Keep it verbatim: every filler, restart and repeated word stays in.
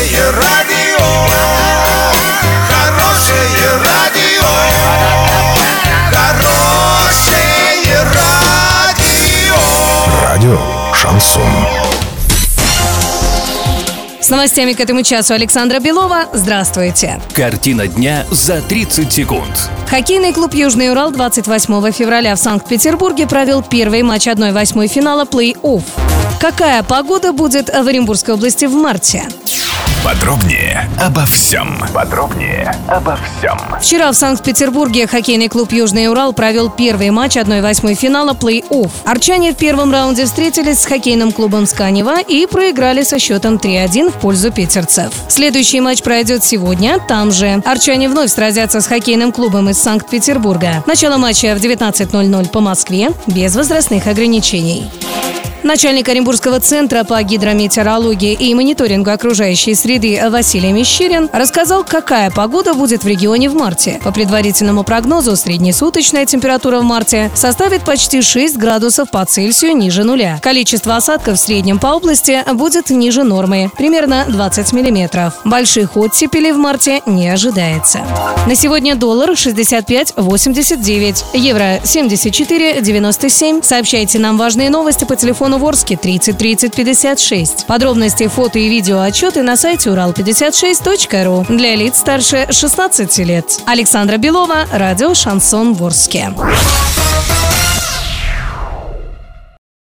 Хорошее радио, хорошее радио, хорошее радио. Радио Шансон. С новостями к этому часу Александра Белова. Здравствуйте. Картина дня за тридцать секунд. Хоккейный клуб «Южный Урал» двадцать восьмого февраля в Санкт-Петербурге провел первый матч одной восьмой финала плей-офф. Какая погода будет в Оренбургской области в марте? Подробнее обо всем. Подробнее обо всем. Вчера в Санкт-Петербурге хоккейный клуб «Южный Урал» провел первый матч одной восьмой финала плей-офф. Арчане в первом раунде встретились с хоккейным клубом «Сканева» и проиграли со счетом три один в пользу питерцев. Следующий матч пройдет сегодня там же. Арчане вновь сразятся с хоккейным клубом из Санкт-Петербурга. Начало матча в девятнадцать ноль ноль по Москве без возрастных ограничений. Начальник Оренбургского центра по гидрометеорологии и мониторингу окружающей среды Василий Мещерин рассказал, какая погода будет в регионе в марте. По предварительному прогнозу, среднесуточная температура в марте составит почти шесть градусов по Цельсию ниже нуля. Количество осадков в среднем по области будет ниже нормы, примерно двадцать миллиметров. Больших оттепелей в марте не ожидается. На сегодня доллар шестьдесят пять восемьдесят девять, евро семьдесят четыре девяносто семь. Сообщайте нам важные новости по телефону Ворске тридцать тридцать пятьдесят шесть. Подробности, фото и видео отчеты на сайте урал пятьдесят шесть точка ру для лиц старше шестнадцати лет. Александра Белова, радио Шансон Ворске.